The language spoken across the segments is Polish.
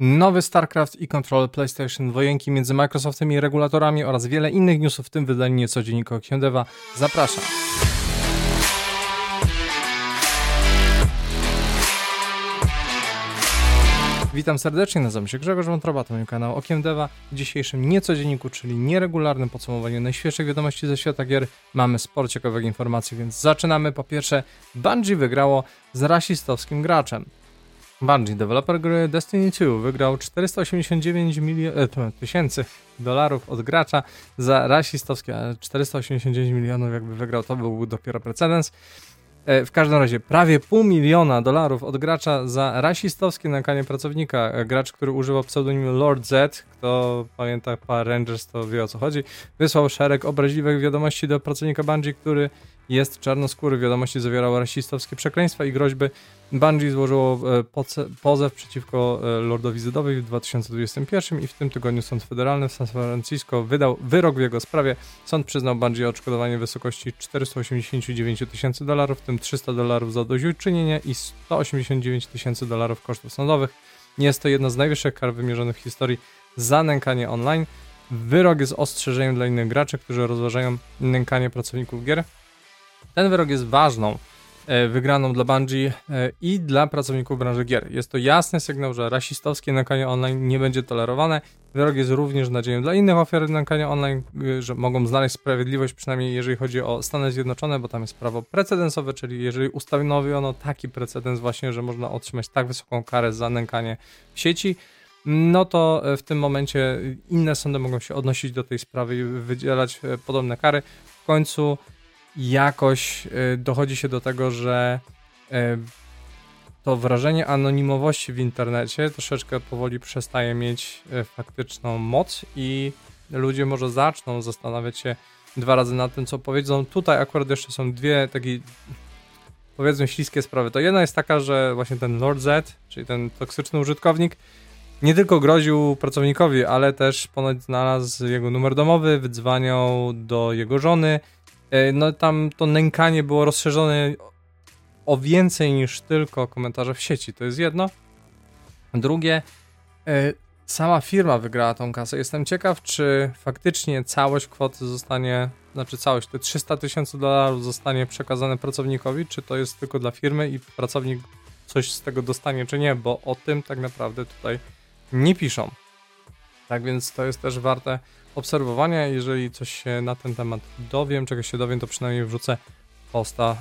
Nowy StarCraft i Control PlayStation, wojenki między Microsoftem i regulatorami oraz wiele innych newsów w tym wydaniu nieco dziennika Okiem Deva. Zapraszam. Witam serdecznie, nazywam się Grzegorz Wątroba, to mój kanał Okiem Deva. W dzisiejszym niecodzienniku, czyli nieregularnym podsumowaniu najświeższych wiadomości ze świata gier, mamy sporo ciekawych informacji, więc zaczynamy. Po pierwsze, Bungie wygrało z rasistowskim graczem. Bungie, deweloper gry Destiny 2, wygrał 489 tysięcy dolarów od gracza za rasistowskie, ale 489 milionów jakby wygrał, to był dopiero precedens. W każdym razie prawie $500 000 od gracza za rasistowskie nękanie pracownika. Gracz, który używał pseudonimu Lord Z, kto pamięta Power Rangers, to wie o co chodzi, wysłał szereg obraźliwych wiadomości do pracownika Bungie, który jest czarnoskóry. Wiadomości zawierały rasistowskie przekleństwa i groźby. Bungie złożyło pozew przeciwko Lordowi Zedowi w 2021 i w tym tygodniu Sąd Federalny w San Francisco wydał wyrok w jego sprawie. Sąd przyznał Bungie odszkodowanie w wysokości $489 tysięcy, w tym $300 za zadośćuczynienie i $189 tysięcy kosztów sądowych. Jest to jedna z najwyższych kar wymierzonych w historii za nękanie online. Wyrok jest ostrzeżeniem dla innych graczy, którzy rozważają nękanie pracowników gier. Ten wyrok jest ważną wygraną dla Bungie i dla pracowników branży gier. Jest to jasny sygnał, że rasistowskie nękanie online nie będzie tolerowane. Wyrok jest również nadzieją dla innych ofiar nękania online, że mogą znaleźć sprawiedliwość, przynajmniej jeżeli chodzi o Stany Zjednoczone, bo tam jest prawo precedensowe, czyli jeżeli ustanowiono taki precedens właśnie, że można otrzymać tak wysoką karę za nękanie w sieci, no to w tym momencie inne sądy mogą się odnosić do tej sprawy i wydzielać podobne kary. W końcu jakoś dochodzi się do tego, że to wrażenie anonimowości w internecie troszeczkę powoli przestaje mieć faktyczną moc i ludzie może zaczną zastanawiać się dwa razy nad tym, co powiedzą. Tutaj akurat jeszcze są dwie takie, powiedzmy, śliskie sprawy. To jedna jest taka, że właśnie ten Lord Z, czyli ten toksyczny użytkownik, nie tylko groził pracownikowi, ale też ponoć znalazł jego numer domowy, wydzwaniał do jego żony. No tam to nękanie było rozszerzone o więcej niż tylko komentarze w sieci, to jest jedno. Drugie, sama firma wygrała tą kasę. Jestem ciekaw, czy faktycznie całość kwoty zostanie, znaczy całość, te $300 tysięcy zostanie przekazane pracownikowi, czy to jest tylko dla firmy i pracownik coś z tego dostanie, czy nie, bo o tym tak naprawdę tutaj nie piszą. Tak więc to jest też warte obserwowania. Jeżeli coś się na ten temat dowiem, czegoś się dowiem, to przynajmniej wrzucę posta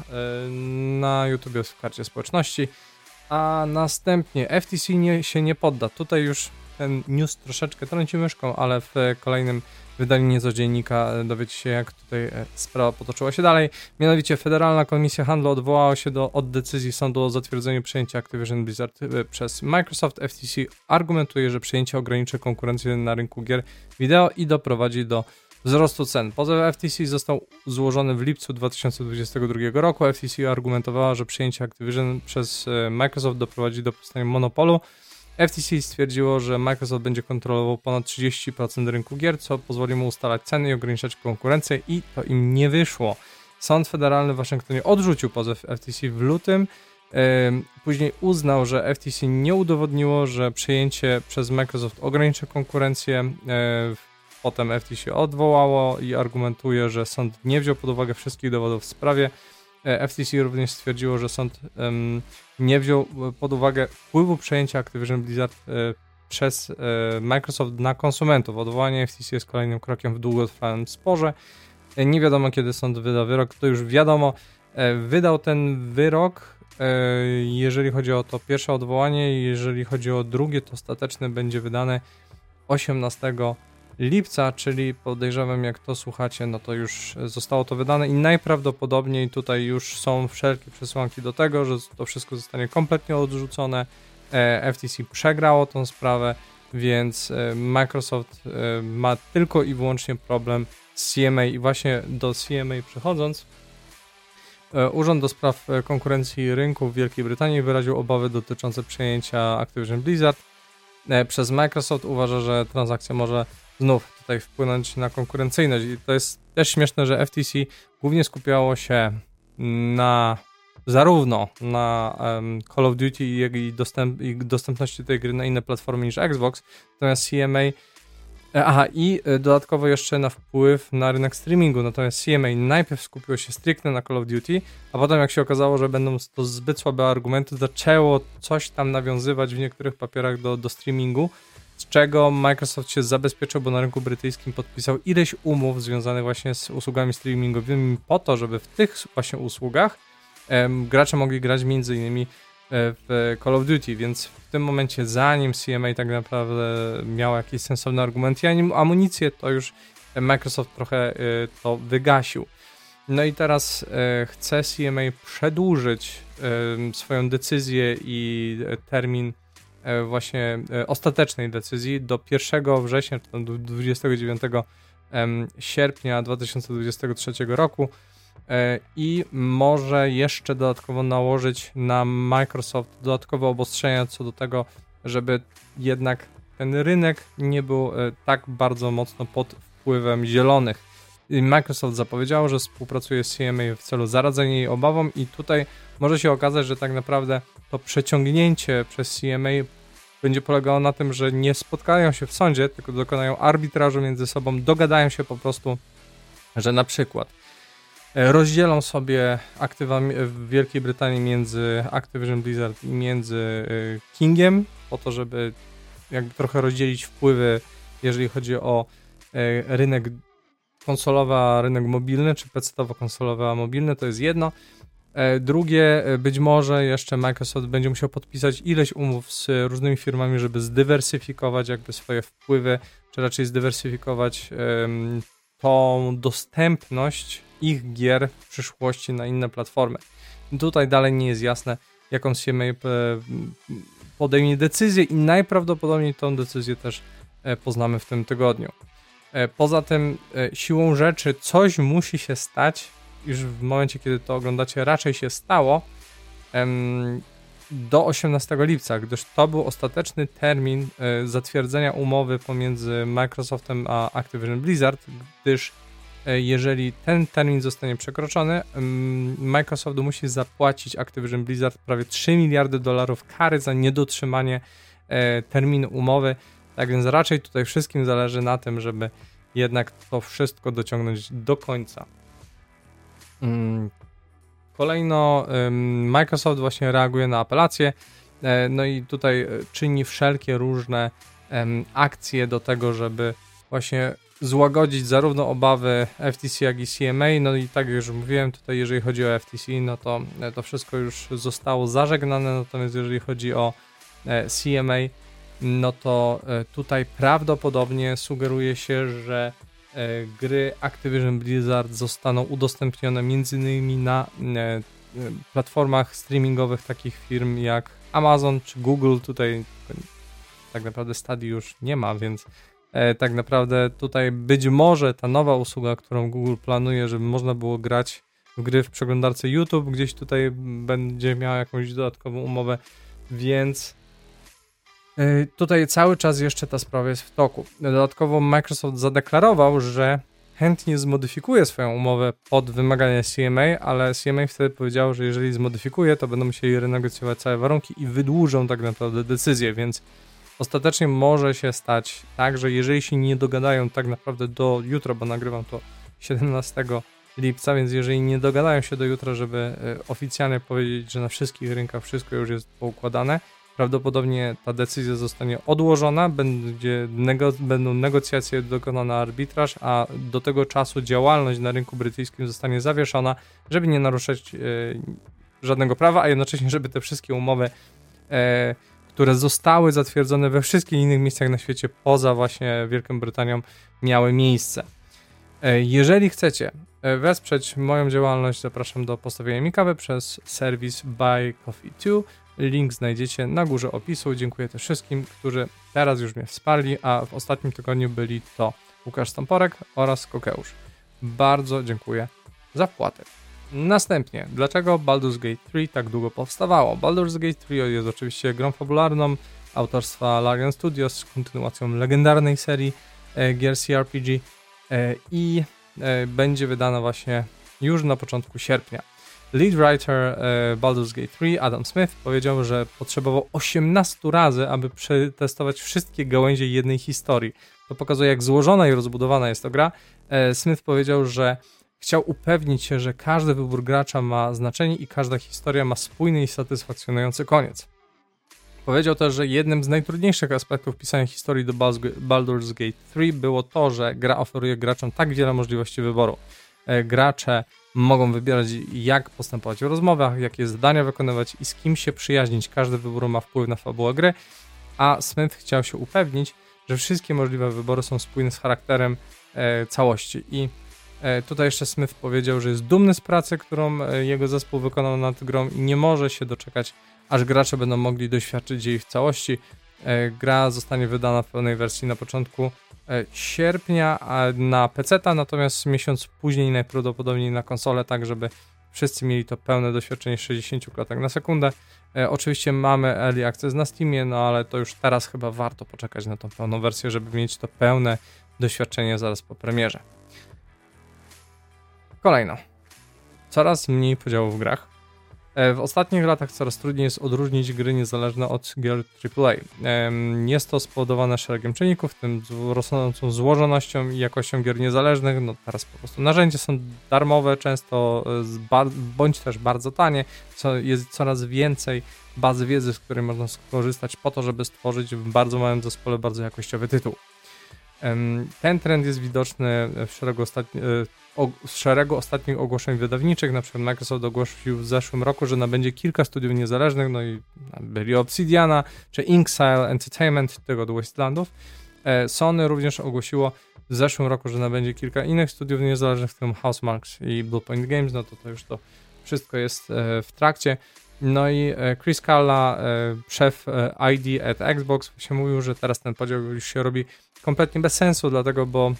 na YouTubie w karcie społeczności. A następnie FTC się nie podda. Tutaj już ten news troszeczkę trąci myszką, ale w kolejnym wydaniu niecodziennika dowiecie się, jak tutaj sprawa potoczyła się dalej. Mianowicie Federalna Komisja Handlu odwołała się od decyzji sądu o zatwierdzeniu przejęcia Activision Blizzard przez Microsoft. FTC argumentuje, że przejęcie ograniczy konkurencję na rynku gier wideo i doprowadzi do wzrostu cen. Pozew FTC został złożony w lipcu 2022 roku. FTC argumentowała, że przejęcie Activision przez Microsoft doprowadzi do powstania monopolu. FTC stwierdziło, że Microsoft będzie kontrolował ponad 30% rynku gier, co pozwoli mu ustalać ceny i ograniczać konkurencję, i to im nie wyszło. Sąd Federalny w Waszyngtonie odrzucił pozew FTC w lutym. Później uznał, że FTC nie udowodniło, że przejęcie przez Microsoft ograniczy konkurencję. Potem FTC odwołało i argumentuje, że sąd nie wziął pod uwagę wszystkich dowodów w sprawie. FTC również stwierdziło, że sąd nie wziął pod uwagę wpływu przejęcia Activision Blizzard przez Microsoft na konsumentów. Odwołanie FTC jest kolejnym krokiem w długotrwałym sporze. Nie wiadomo, kiedy sąd wyda wyrok, to już wiadomo. Wydał ten wyrok, jeżeli chodzi o to pierwsze odwołanie, jeżeli chodzi o drugie, to ostateczne będzie wydane 18 lipca, czyli podejrzewam, jak to słuchacie, no to już zostało to wydane i najprawdopodobniej tutaj już są wszelkie przesłanki do tego, że to wszystko zostanie kompletnie odrzucone. FTC przegrało tą sprawę, więc Microsoft ma tylko i wyłącznie problem z CMA i właśnie do CMA przechodząc, Urząd do Spraw Konkurencji Rynku w Wielkiej Brytanii wyraził obawy dotyczące przejęcia Activision Blizzard przez Microsoft. Uważa, że transakcja może znów tutaj wpłynąć na konkurencyjność i to jest też śmieszne, że FTC głównie skupiało się na zarówno na Call of Duty, jak i dostępności tej gry na inne platformy niż Xbox, natomiast CMA dodatkowo jeszcze na wpływ na rynek streamingu, natomiast CMA najpierw skupiło się stricte na Call of Duty, a potem jak się okazało, że będą to zbyt słabe argumenty, zaczęło coś tam nawiązywać w niektórych papierach do streamingu, z czego Microsoft się zabezpieczył, bo na rynku brytyjskim podpisał ileś umów związanych właśnie z usługami streamingowymi po to, żeby w tych właśnie usługach gracze mogli grać m.in. w Call of Duty, więc w tym momencie, zanim CMA tak naprawdę miał jakieś sensowne argumenty i amunicję, to już Microsoft trochę to wygasił. No i teraz chce CMA przedłużyć swoją decyzję i termin właśnie ostatecznej decyzji do 1 września, czy do 29 sierpnia 2023 roku i może jeszcze dodatkowo nałożyć na Microsoft dodatkowe obostrzenia co do tego, żeby jednak ten rynek nie był tak bardzo mocno pod wpływem zielonych. Microsoft zapowiedział, że współpracuje z CMA w celu zaradzenia jej obawom i tutaj może się okazać, że tak naprawdę to przeciągnięcie przez CMA będzie polegało na tym, że nie spotkają się w sądzie, tylko dokonają arbitrażu między sobą, dogadają się po prostu, że na przykład rozdzielą sobie aktywa w Wielkiej Brytanii między Activision Blizzard i między Kingiem, po to, żeby jakby trochę rozdzielić wpływy, jeżeli chodzi o rynek konsolowy, a rynek mobilny, czy PC-towo-konsolowy, a mobilny, to jest jedno. Drugie, być może jeszcze Microsoft będzie musiał podpisać ileś umów z różnymi firmami, żeby zdywersyfikować jakby swoje wpływy, czy raczej zdywersyfikować tą dostępność ich gier w przyszłości na inne platformy. Tutaj dalej nie jest jasne, jaką CMA podejmie decyzję i najprawdopodobniej tą decyzję też poznamy w tym tygodniu. Poza tym siłą rzeczy coś musi się stać, już w momencie, kiedy to oglądacie, raczej się stało do 18 lipca, gdyż to był ostateczny termin zatwierdzenia umowy pomiędzy Microsoftem a Activision Blizzard, gdyż jeżeli ten termin zostanie przekroczony, Microsoft musi zapłacić Activision Blizzard prawie $3 miliardy kary za niedotrzymanie terminu umowy, tak więc raczej tutaj wszystkim zależy na tym, żeby jednak to wszystko dociągnąć do końca. Kolejno Microsoft właśnie reaguje na apelację, no i tutaj czyni wszelkie różne akcje do tego, żeby właśnie złagodzić zarówno obawy FTC, jak i CMA, no i tak jak już mówiłem, tutaj jeżeli chodzi o FTC, no to wszystko już zostało zażegnane, natomiast jeżeli chodzi o CMA, no to tutaj prawdopodobnie sugeruje się, że gry Activision Blizzard zostaną udostępnione m.in. na platformach streamingowych takich firm jak Amazon czy Google. Tutaj tak naprawdę Stadia już nie ma, więc tak naprawdę tutaj być może ta nowa usługa, którą Google planuje, żeby można było grać w gry w przeglądarce YouTube, gdzieś tutaj będzie miała jakąś dodatkową umowę, więc tutaj cały czas jeszcze ta sprawa jest w toku. Dodatkowo Microsoft zadeklarował, że chętnie zmodyfikuje swoją umowę pod wymagania CMA, ale CMA wtedy powiedział, że jeżeli zmodyfikuje, to będą musieli renegocjować całe warunki i wydłużą tak naprawdę decyzję, więc ostatecznie może się stać tak, że jeżeli się nie dogadają tak naprawdę do jutra, bo nagrywam to 17 lipca, więc jeżeli nie dogadają się do jutra, żeby oficjalnie powiedzieć, że na wszystkich rynkach wszystko już jest poukładane, prawdopodobnie ta decyzja zostanie odłożona, będą negocjacje, dokonany arbitraż, a do tego czasu działalność na rynku brytyjskim zostanie zawieszona, żeby nie naruszać żadnego prawa, a jednocześnie, żeby te wszystkie umowy, które zostały zatwierdzone we wszystkich innych miejscach na świecie, poza właśnie Wielką Brytanią, miały miejsce. Jeżeli chcecie wesprzeć moją działalność, zapraszam do postawienia mi kawy przez serwis Buy Coffee 2. Link znajdziecie na górze opisu. Dziękuję też wszystkim, którzy teraz już mnie wsparli, a w ostatnim tygodniu byli to Łukasz Stąporek oraz Kokeusz. Bardzo dziękuję za wpłatę. Następnie, dlaczego Baldur's Gate 3 tak długo powstawało? Baldur's Gate 3 jest oczywiście grą fabularną autorstwa Larian Studios z kontynuacją legendarnej serii gier CRPG i będzie wydana właśnie już na początku sierpnia. Lead writer Baldur's Gate 3, Adam Smith, powiedział, że potrzebował 18 razy, aby przetestować wszystkie gałęzie jednej historii. To pokazuje, jak złożona i rozbudowana jest to gra. Smith powiedział, że chciał upewnić się, że każdy wybór gracza ma znaczenie i każda historia ma spójny i satysfakcjonujący koniec. Powiedział też, że jednym z najtrudniejszych aspektów pisania historii do Baldur's Gate 3 było to, że gra oferuje graczom tak wiele możliwości wyboru. Gracze mogą wybierać, jak postępować w rozmowach, jakie zadania wykonywać i z kim się przyjaźnić. Każdy wybór ma wpływ na fabułę gry, a Smith chciał się upewnić, że wszystkie możliwe wybory są spójne z charakterem całości. I tutaj jeszcze Smith powiedział, że jest dumny z pracy, którą jego zespół wykonał nad grą i nie może się doczekać, aż gracze będą mogli doświadczyć jej w całości. Gra zostanie wydana w pełnej wersji na początku sierpnia na PC-ta, natomiast miesiąc później najprawdopodobniej na konsolę, tak żeby wszyscy mieli to pełne doświadczenie 60 klatek na sekundę. Oczywiście mamy Early Access na Steamie, no ale to już teraz chyba warto poczekać na tą pełną wersję, żeby mieć to pełne doświadczenie zaraz po premierze. Kolejno. Coraz mniej podziałów w grach. W ostatnich latach coraz trudniej jest odróżnić gry niezależne od gier AAA. Jest to spowodowane szeregiem czynników, w tym rosnącą złożonością i jakością gier niezależnych. No teraz po prostu narzędzia są darmowe, często bądź też bardzo tanie. Jest coraz więcej bazy wiedzy, z której można skorzystać po to, żeby stworzyć w bardzo małym zespole bardzo jakościowy tytuł. Ten trend jest widoczny w szeregu ostatnich ogłoszeń wydawniczych. Na przykład Microsoft ogłosił w zeszłym roku, że nabędzie kilka studiów niezależnych, no i byli Obsidiana czy Inxile Entertainment, tego od Wastelandów. Sony również ogłosiło w zeszłym roku, że nabędzie kilka innych studiów niezależnych, w tym Housemarque i Bluepoint Games, no to już to wszystko jest w trakcie. No i Chris Calla, szef ID at Xbox, się mówił, że teraz ten podział już się robi kompletnie bez sensu, dlatego, bo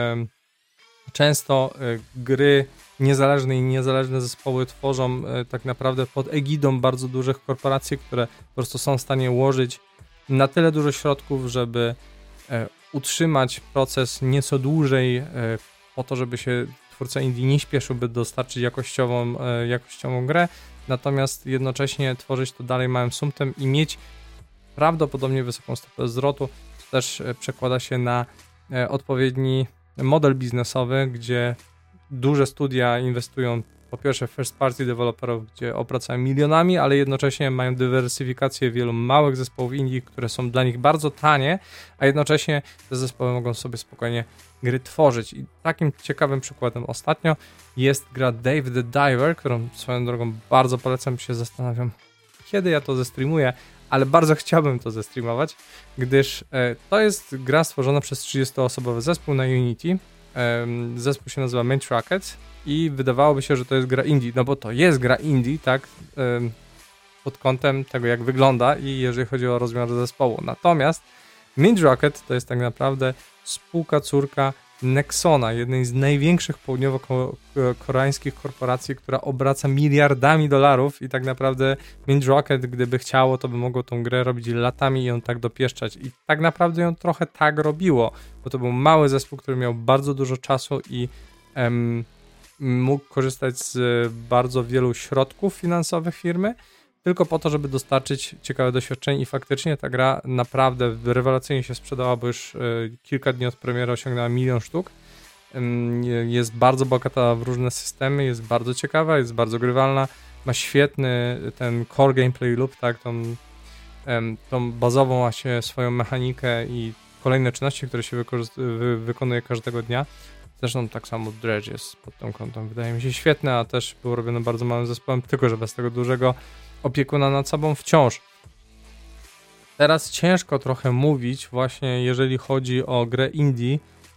często gry niezależne i niezależne zespoły tworzą tak naprawdę pod egidą bardzo dużych korporacji, które po prostu są w stanie łożyć na tyle dużo środków, żeby utrzymać proces nieco dłużej po to, żeby się twórca indie nie śpieszył, by dostarczyć jakościową grę, natomiast jednocześnie tworzyć to dalej małym sumptem i mieć prawdopodobnie wysoką stopę zwrotu, co też przekłada się na odpowiedni model biznesowy, gdzie duże studia inwestują po pierwsze w first party deweloperów, gdzie opracają milionami, ale jednocześnie mają dywersyfikację wielu małych zespołów indie, które są dla nich bardzo tanie, a jednocześnie te zespoły mogą sobie spokojnie gry tworzyć. I takim ciekawym przykładem ostatnio jest gra Dave the Diver, którą swoją drogą bardzo polecam, się zastanawiam, kiedy ja to zestreamuję, ale bardzo chciałbym to zestreamować, gdyż to jest gra stworzona przez 30-osobowy zespół na Unity. Zespół się nazywa Main Rocket i wydawałoby się, że to jest gra indie, no bo to jest gra indie, tak, pod kątem tego, jak wygląda i jeżeli chodzi o rozmiar zespołu. Natomiast Main Rocket to jest tak naprawdę spółka córka Nexona, jednej z największych południowo-koreańskich korporacji, która obraca miliardami dolarów i tak naprawdę Main Rocket, gdyby chciało, to by mogło tą grę robić latami i ją tak dopieszczać. I tak naprawdę ją trochę tak robiło, bo to był mały zespół, który miał bardzo dużo czasu i mógł korzystać z bardzo wielu środków finansowych firmy, tylko po to, żeby dostarczyć ciekawe doświadczenie i faktycznie ta gra naprawdę rewelacyjnie się sprzedała, bo już kilka dni od premiery osiągnęła 1 000 000 sztuk. Jest bardzo bogata w różne systemy, jest bardzo ciekawa, jest bardzo grywalna, ma świetny ten core gameplay loop, tak, tą bazową właśnie swoją mechanikę i kolejne czynności, które się wykonuje każdego dnia. Zresztą tak samo Dredge jest pod tą kątem, wydaje mi się świetne, a też było robione bardzo małym zespołem, tylko że bez tego dużego opiekuna nad sobą wciąż. Teraz ciężko trochę mówić właśnie, jeżeli chodzi o grę indie,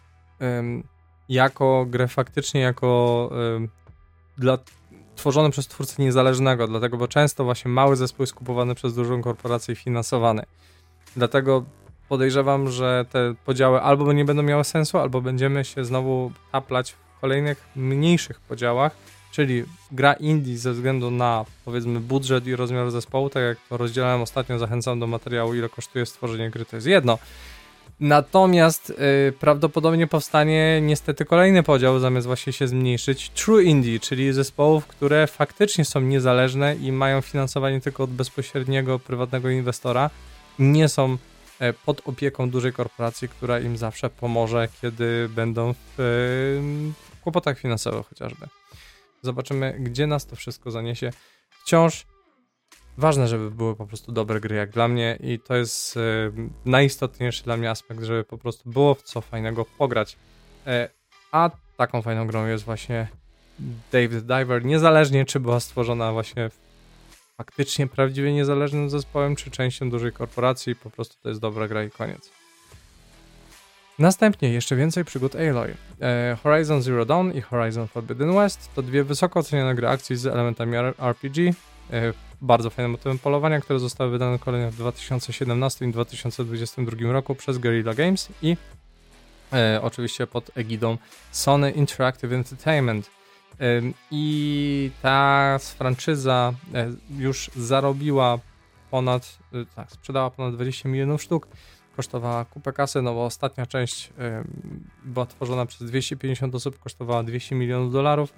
jako grę faktycznie, jako tworzone przez twórcę niezależnego, dlatego, bo często właśnie mały zespół jest kupowany przez dużą korporację i finansowany. Dlatego podejrzewam, że te podziały albo nie będą miały sensu, albo będziemy się znowu taplać w kolejnych mniejszych podziałach, czyli gra indie ze względu na, powiedzmy, budżet i rozmiar zespołu, tak jak to rozdzielałem ostatnio, zachęcam do materiału, ile kosztuje stworzenie gry, to jest jedno, Natomiast prawdopodobnie powstanie niestety kolejny podział, zamiast właśnie się zmniejszyć, True Indie, czyli zespołów, które faktycznie są niezależne i mają finansowanie tylko od bezpośredniego, prywatnego inwestora. Nie są pod opieką dużej korporacji, która im zawsze pomoże, kiedy będą w kłopotach finansowych chociażby. Zobaczymy, gdzie nas to wszystko zaniesie. Wciąż ważne, żeby były po prostu dobre gry jak dla mnie i to jest najistotniejszy dla mnie aspekt, żeby po prostu było w co fajnego pograć. A taką fajną grą jest właśnie Dave the Diver, niezależnie czy była stworzona właśnie faktycznie prawdziwie niezależnym zespołem, czy częścią dużej korporacji, po prostu to jest dobra gra i koniec. Następnie jeszcze więcej przygód Aloy. Horizon Zero Dawn i Horizon Forbidden West to dwie wysoko ocenione gry akcji z elementami RPG, bardzo fajnym motywem polowania, które zostały wydane kolejno w 2017 i 2022 roku przez Guerrilla Games i oczywiście pod egidą Sony Interactive Entertainment. I ta franczyza już zarobiła sprzedała ponad 20 milionów sztuk, kosztowała kupę kasy, no bo ostatnia część była tworzona przez 250 osób, kosztowała 200 milionów dolarów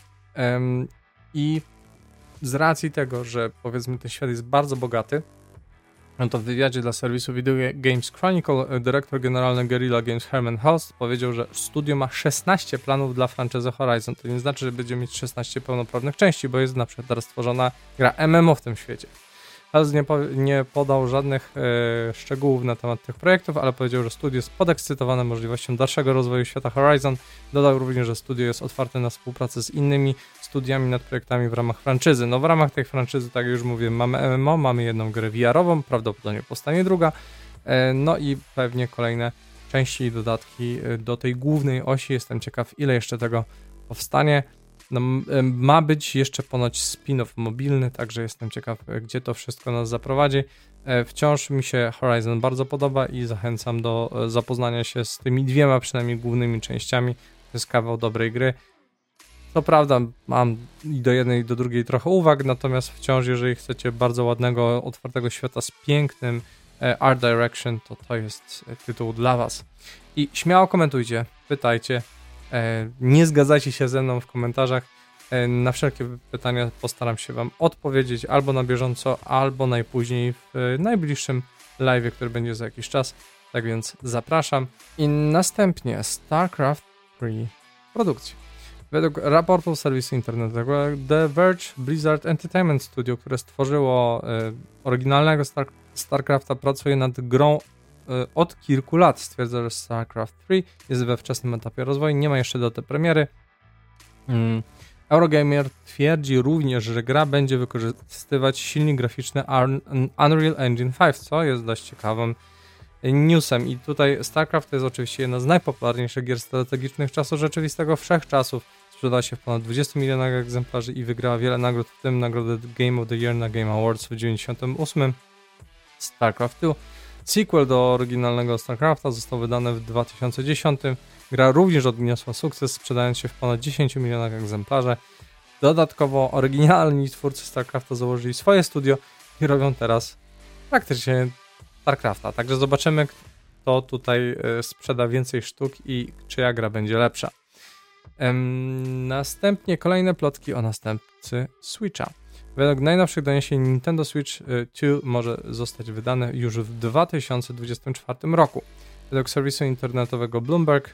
i z racji tego, że powiedzmy ten świat jest bardzo bogaty, no to w wywiadzie dla serwisu Video Games Chronicle dyrektor generalny Guerrilla Games Herman Hulst powiedział, że studio ma 16 planów dla franczyzy Horizon. To nie znaczy, że będzie mieć 16 pełnoprawnych części, bo jest na przykład teraz stworzona gra MMO w tym świecie. Hulst nie podał żadnych szczegółów na temat tych projektów, ale powiedział, że studio jest podekscytowane możliwością dalszego rozwoju świata Horizon. Dodał również, że studio jest otwarte na współpracę z innymi studiami nad projektami w ramach franczyzy. No w ramach tej franczyzy, tak jak już mówię, mamy MMO, mamy jedną grę VR-ową, prawdopodobnie powstanie druga, no i pewnie kolejne części i dodatki do tej głównej osi. Jestem ciekaw, ile jeszcze tego powstanie. No, ma być jeszcze ponoć spin-off mobilny, także jestem ciekaw, gdzie to wszystko nas zaprowadzi. Wciąż mi się Horizon bardzo podoba i zachęcam do zapoznania się z tymi dwiema przynajmniej głównymi częściami. To jest kawał dobrej gry. Co prawda mam i do jednej i do drugiej trochę uwag, natomiast wciąż jeżeli chcecie bardzo ładnego, otwartego świata z pięknym art direction, to jest tytuł dla was. I śmiało komentujcie, pytajcie. Nie zgadzajcie się ze mną w komentarzach. Na wszelkie pytania postaram się wam odpowiedzieć albo na bieżąco, albo najpóźniej w najbliższym live, który będzie za jakiś czas. Tak więc zapraszam. I następnie StarCraft 3 produkcja. Według raportu serwisu internetowego The Verge Blizzard Entertainment Studio, które stworzyło oryginalnego StarCrafta, pracuje nad grą od kilku lat. Stwierdza, że StarCraft 3 jest we wczesnym etapie rozwoju, nie ma jeszcze daty premiery. Eurogamer twierdzi również, że gra będzie wykorzystywać silnik graficzny Unreal Engine 5, co jest dość ciekawym newsem. I tutaj StarCraft to jest oczywiście jedna z najpopularniejszych gier strategicznych czasu rzeczywistego, wszechczasów. Sprzedała się w ponad 20 milionach egzemplarzy i wygrała wiele nagród, w tym nagrodę Game of the Year na Game Awards w 1998. StarCraft 2. Sequel do oryginalnego StarCrafta został wydany w 2010. Gra również odniosła sukces, sprzedając się w ponad 10 milionach egzemplarzy. Dodatkowo oryginalni twórcy StarCrafta założyli swoje studio i robią teraz praktycznie StarCrafta. Także zobaczymy, kto tutaj sprzeda więcej sztuk i czyja gra będzie lepsza. Następnie kolejne plotki o następcy Switcha. Według najnowszych doniesień Nintendo Switch 2 może zostać wydane już w 2024 roku. Według serwisu internetowego Bloomberg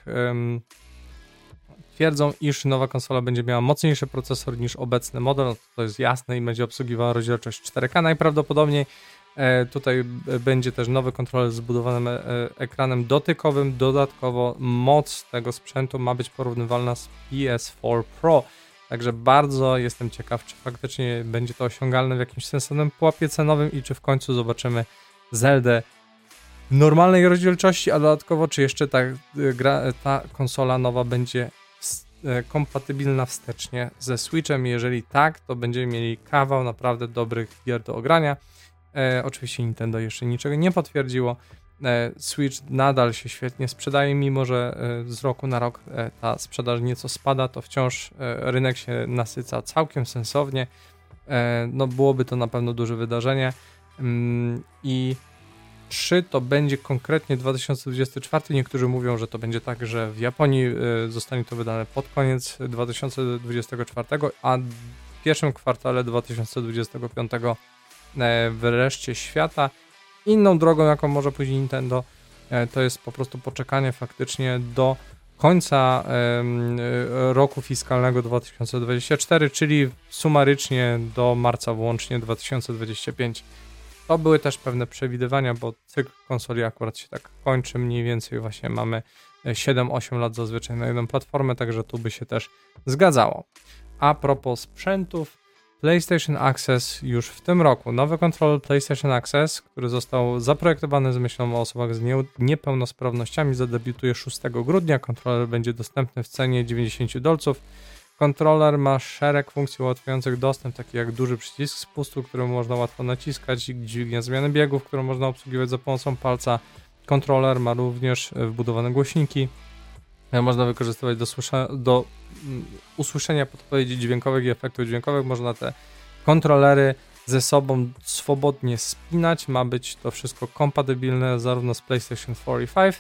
twierdzą, iż nowa konsola będzie miała mocniejszy procesor niż obecny model. No to jest jasne i będzie obsługiwała rozdzielczość 4K najprawdopodobniej. Tutaj będzie też nowy kontroler z zbudowanym ekranem dotykowym. Dodatkowo moc tego sprzętu ma być porównywalna z PS4 Pro. Także bardzo jestem ciekaw, czy faktycznie będzie to osiągalne w jakimś sensownym pułapie cenowym i czy w końcu zobaczymy Zeldę w normalnej rozdzielczości, a dodatkowo czy jeszcze ta konsola nowa będzie kompatybilna wstecznie ze Switchem. Jeżeli tak, to będziemy mieli kawał naprawdę dobrych gier do ogrania. Oczywiście Nintendo jeszcze niczego nie potwierdziło. Switch nadal się świetnie sprzedaje, mimo że z roku na rok ta sprzedaż nieco spada, to wciąż rynek się nasyca całkiem sensownie. No byłoby to na pewno duże wydarzenie i 3 to będzie konkretnie 2024. Niektórzy mówią, że to będzie tak, że w Japonii zostanie to wydane pod koniec 2024, a w pierwszym kwartale 2025 w reszcie świata. Inną drogą, jaką może pójść Nintendo, to jest po prostu poczekanie faktycznie do końca roku fiskalnego 2024, czyli sumarycznie do marca włącznie 2025. To były też pewne przewidywania, bo cykl konsoli akurat się tak kończy, mniej więcej właśnie mamy 7-8 lat zazwyczaj na jedną platformę, także tu by się też zgadzało. A propos sprzętów, PlayStation Access już w tym roku. Nowy kontroler PlayStation Access, który został zaprojektowany z myślą o osobach z niepełnosprawnościami, zadebiutuje 6 grudnia. Kontroler będzie dostępny w cenie $90. Kontroler ma szereg funkcji ułatwiających dostęp, takie jak duży przycisk spustu, który można łatwo naciskać, dźwignia zmiany biegów, którą można obsługiwać za pomocą palca. Kontroler ma również wbudowane głośniki. Można wykorzystywać do usłyszenia podpowiedzi dźwiękowych i efektów dźwiękowych. Można te kontrolery ze sobą swobodnie spinać. Ma być to wszystko kompatybilne zarówno z PlayStation 4 i 5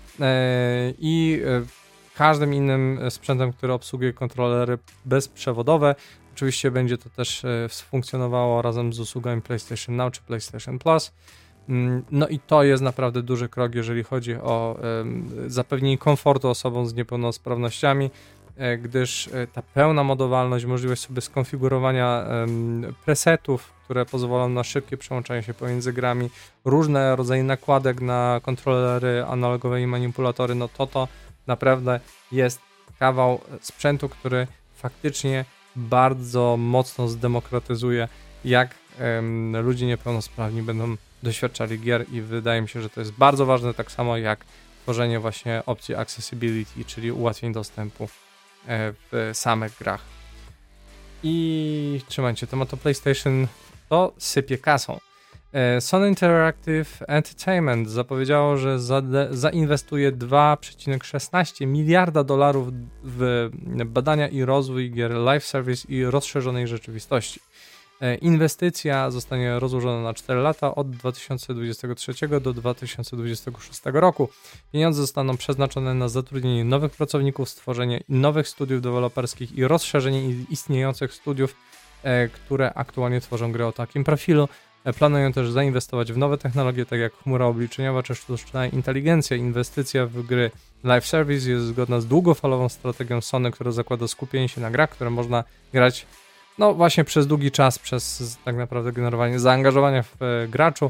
i każdym innym sprzętem, który obsługuje kontrolery bezprzewodowe. Oczywiście będzie to też funkcjonowało razem z usługami PlayStation Now czy PlayStation Plus. No i to jest naprawdę duży krok, jeżeli chodzi o zapewnienie komfortu osobom z niepełnosprawnościami, gdyż ta pełna modowalność, możliwość sobie skonfigurowania presetów, które pozwolą na szybkie przełączanie się pomiędzy grami, różne rodzaje nakładek na kontrolery analogowe i manipulatory, no to naprawdę jest kawał sprzętu, który faktycznie bardzo mocno zdemokratyzuje, jak ludzie niepełnosprawni będą doświadczali gier i wydaje mi się, że to jest bardzo ważne, tak samo jak tworzenie właśnie opcji accessibility, czyli ułatwień dostępu w samych grach. I trzymajcie, temat o PlayStation to sypie kasą. Sony Interactive Entertainment zapowiedziało, że zainwestuje $2,16 miliarda w badania i rozwój gier live service i rozszerzonej rzeczywistości. Inwestycja zostanie rozłożona na 4 lata od 2023 do 2026 roku. Pieniądze zostaną przeznaczone na zatrudnienie nowych pracowników, stworzenie nowych studiów deweloperskich i rozszerzenie istniejących studiów, które aktualnie tworzą gry o takim profilu. Planują też zainwestować w nowe technologie, tak jak chmura obliczeniowa czy sztuczna inteligencja. Inwestycja w gry live service jest zgodna z długofalową strategią Sony, która zakłada skupienie się na grach, które można grać no właśnie przez długi czas, przez tak naprawdę generowanie zaangażowania w graczu.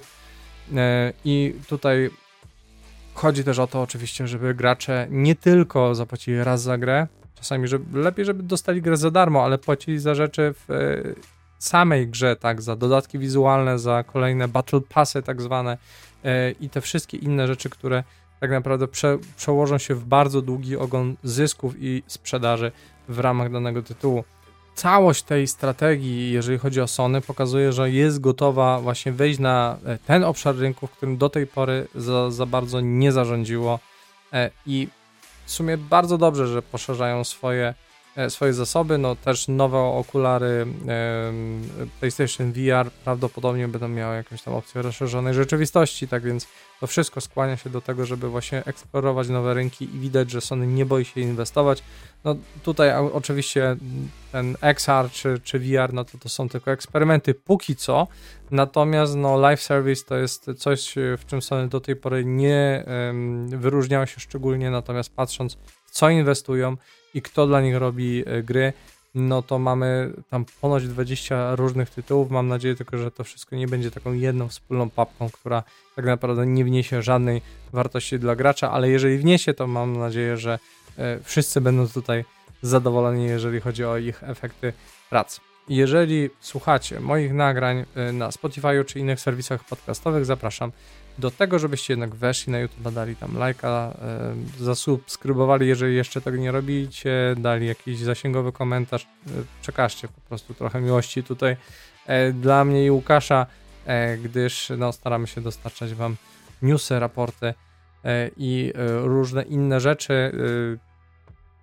I tutaj chodzi też o to oczywiście, żeby gracze nie tylko zapłacili raz za grę, czasami lepiej, żeby dostali grę za darmo, ale płacili za rzeczy w samej grze, tak, za dodatki wizualne, za kolejne battle passy tak zwane i te wszystkie inne rzeczy, które tak naprawdę przełożą się w bardzo długi ogon zysków i sprzedaży w ramach danego tytułu. Całość tej strategii, jeżeli chodzi o Sony, pokazuje, że jest gotowa właśnie wejść na ten obszar rynku, w którym do tej pory za bardzo nie zarządziło i w sumie bardzo dobrze, że poszerzają swoje zasoby. No też nowe okulary PlayStation VR prawdopodobnie będą miały jakąś tam opcję rozszerzonej rzeczywistości, tak więc to wszystko skłania się do tego, żeby właśnie eksplorować nowe rynki i widać, że Sony nie boi się inwestować. No tutaj oczywiście ten XR czy VR, no to są tylko eksperymenty póki co, natomiast no live service to jest coś, w czym Sony do tej pory nie wyróżniało się szczególnie, natomiast patrząc w co inwestują i kto dla nich robi gry, no to mamy tam ponoć 20 różnych tytułów. Mam nadzieję tylko, że to wszystko nie będzie taką jedną wspólną papką, która tak naprawdę nie wniesie żadnej wartości dla gracza, ale jeżeli wniesie, to mam nadzieję, że wszyscy będą tutaj zadowoleni, jeżeli chodzi o ich efekty pracy. Jeżeli słuchacie moich nagrań na Spotify czy innych serwisach podcastowych, zapraszam do tego, żebyście jednak weszli na YouTube, dali tam lajka, zasubskrybowali, jeżeli jeszcze tego nie robicie, dali jakiś zasięgowy komentarz, przekażcie po prostu trochę miłości tutaj dla mnie i Łukasza, gdyż no, staramy się dostarczać wam newsy, raporty i różne inne rzeczy.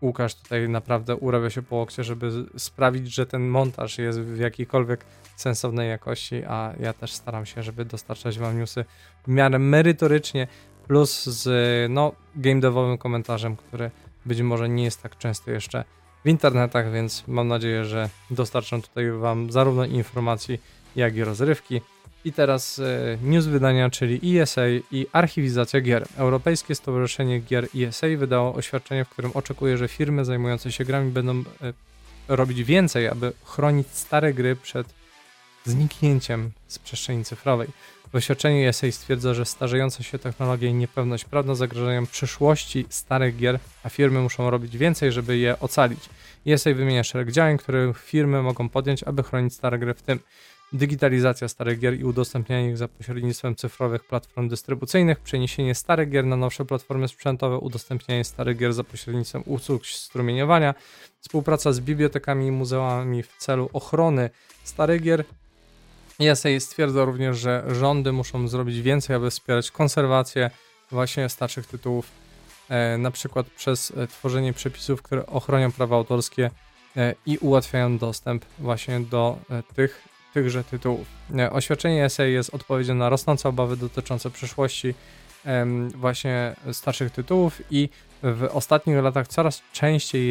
Łukasz tutaj naprawdę urabia się po łokcie, żeby sprawić, że ten montaż jest w jakiejkolwiek sensownej jakości, a ja też staram się, żeby dostarczać wam newsy w miarę merytorycznie, plus z game devowym komentarzem, który być może nie jest tak często jeszcze w internetach, więc mam nadzieję, że dostarczam tutaj wam zarówno informacji, jak i rozrywki. I teraz news wydania, czyli ESA i archiwizacja gier. Europejskie Stowarzyszenie Gier ESA wydało oświadczenie, w którym oczekuje, że firmy zajmujące się grami będą robić więcej, aby chronić stare gry przed zniknięciem z przestrzeni cyfrowej. W oświadczeniu ESA stwierdza, że starzejąca się technologia i niepewność prawna zagrażają przyszłości starych gier, a firmy muszą robić więcej, żeby je ocalić. ESA wymienia szereg działań, które firmy mogą podjąć, aby chronić stare gry, w tym digitalizacja starych gier i udostępnianie ich za pośrednictwem cyfrowych platform dystrybucyjnych, przeniesienie starych gier na nowsze platformy sprzętowe, udostępnianie starych gier za pośrednictwem usług strumieniowania, współpraca z bibliotekami i muzeami w celu ochrony starych gier. ESA stwierdza również, że rządy muszą zrobić więcej, aby wspierać konserwację właśnie starszych tytułów, na przykład przez tworzenie przepisów, które ochronią prawa autorskie i ułatwiają dostęp właśnie do tychże tytułów. Oświadczenie ESA jest odpowiedzią na rosnące obawy dotyczące przyszłości właśnie starszych tytułów i w ostatnich latach coraz częściej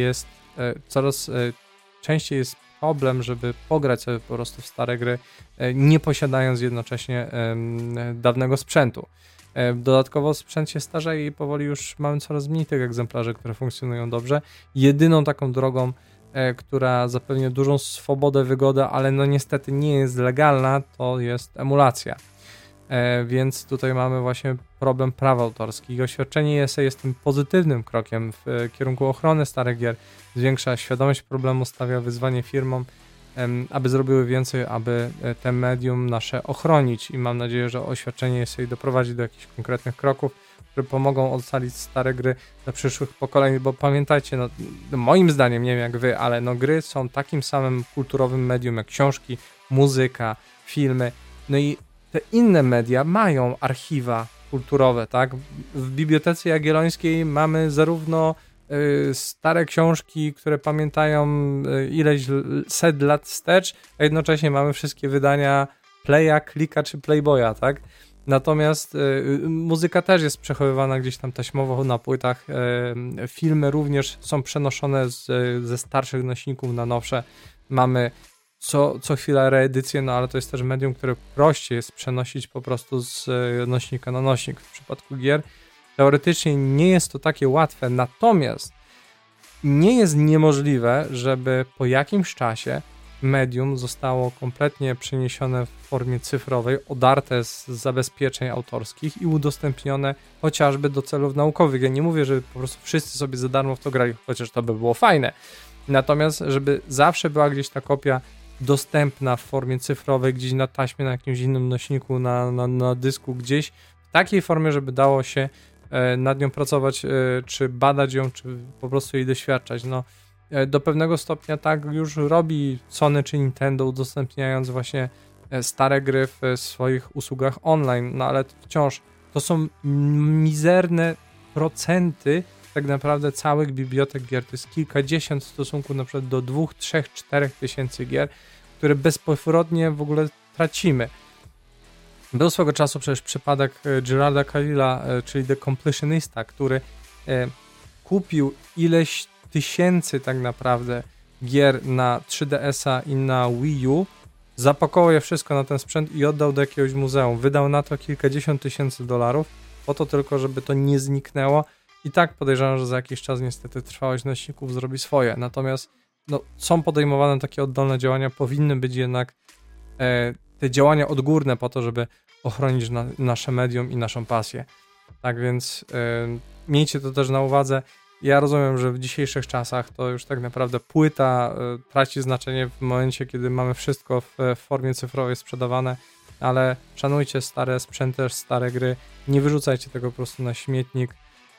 jest problem, żeby pograć sobie po prostu w stare gry, nie posiadając jednocześnie dawnego sprzętu. Dodatkowo sprzęt się starzeje i powoli już mamy coraz mniej tych egzemplarzy, które funkcjonują dobrze. Jedyną taką drogą, która zapewnia dużą swobodę, wygodę, ale no niestety nie jest legalna, to jest emulacja. Więc tutaj mamy właśnie problem praw autorskich. Oświadczenie ESA jest tym pozytywnym krokiem w kierunku ochrony starych gier, zwiększa świadomość problemu, stawia wyzwanie firmom, aby zrobiły więcej, aby te medium nasze ochronić i mam nadzieję, że oświadczenie ESA doprowadzi do jakichś konkretnych kroków, które pomogą ocalić stare gry dla przyszłych pokoleń, bo pamiętajcie, moim zdaniem, nie wiem jak wy, ale gry są takim samym kulturowym medium jak książki, muzyka, filmy, no i te inne media mają archiwa kulturowe, tak? W Bibliotece Jagiellońskiej mamy zarówno stare książki, które pamiętają ileś set lat wstecz, a jednocześnie mamy wszystkie wydania Playa, Klika czy Playboya, tak? Natomiast muzyka też jest przechowywana gdzieś tam taśmowo na płytach, filmy również są przenoszone ze starszych nośników na nowsze. Mamy co chwila reedycję, no ale to jest też medium, które prościej jest przenosić po prostu z nośnika na nośnik. W przypadku gier teoretycznie nie jest to takie łatwe, natomiast nie jest niemożliwe, żeby po jakimś czasie medium zostało kompletnie przeniesione w formie cyfrowej, odarte z zabezpieczeń autorskich i udostępnione chociażby do celów naukowych. Ja nie mówię, że po prostu wszyscy sobie za darmo w to grali, chociaż to by było fajne. Natomiast, żeby zawsze była gdzieś ta kopia dostępna w formie cyfrowej, gdzieś na taśmie, na jakimś innym nośniku, na dysku gdzieś, w takiej formie, żeby dało się nad nią pracować, czy badać ją, czy po prostu jej doświadczać. No, do pewnego stopnia tak już robi Sony czy Nintendo, udostępniając właśnie stare gry w swoich usługach online, no ale wciąż to są mizerne procenty tak naprawdę całych bibliotek gier. To jest kilkadziesiąt w stosunku na przykład do 2, 3, 4 tysięcy gier, które bezpowrotnie w ogóle tracimy. Był swego czasu przecież przypadek Gerarda Carrilla, czyli The Completionista, który kupił ileś tysięcy tak naprawdę gier na 3DS-a i na Wii U, zapakował je wszystko na ten sprzęt i oddał do jakiegoś muzeum. Wydał na to kilkadziesiąt tysięcy dolarów, po to tylko, żeby to nie zniknęło. I tak podejrzewam, że za jakiś czas niestety trwałość nośników zrobi swoje. Natomiast są podejmowane takie oddolne działania, powinny być jednak te działania odgórne po to, żeby ochronić nasze medium i naszą pasję. Tak więc miejcie to też na uwadze. Ja rozumiem, że w dzisiejszych czasach to już tak naprawdę płyta traci znaczenie w momencie, kiedy mamy wszystko w formie cyfrowej sprzedawane, ale szanujcie stare sprzęty, stare gry, nie wyrzucajcie tego po prostu na śmietnik.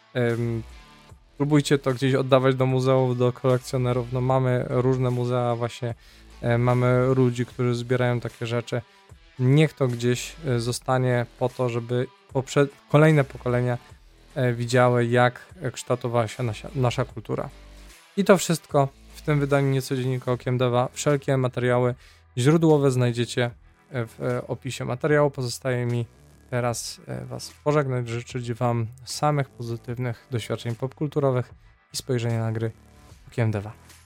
Próbujcie to gdzieś oddawać do muzeów, do kolekcjonerów. No mamy różne muzea właśnie, mamy ludzi, którzy zbierają takie rzeczy. Niech to gdzieś zostanie po to, żeby kolejne pokolenia widziały, jak kształtowała się nasza kultura. I to wszystko w tym wydaniu Niecodziennika Okiem Deva. Wszelkie materiały źródłowe znajdziecie w opisie materiału. Pozostaje mi teraz Was pożegnać, życzyć Wam samych pozytywnych doświadczeń popkulturowych i spojrzenia na gry Okiem Deva.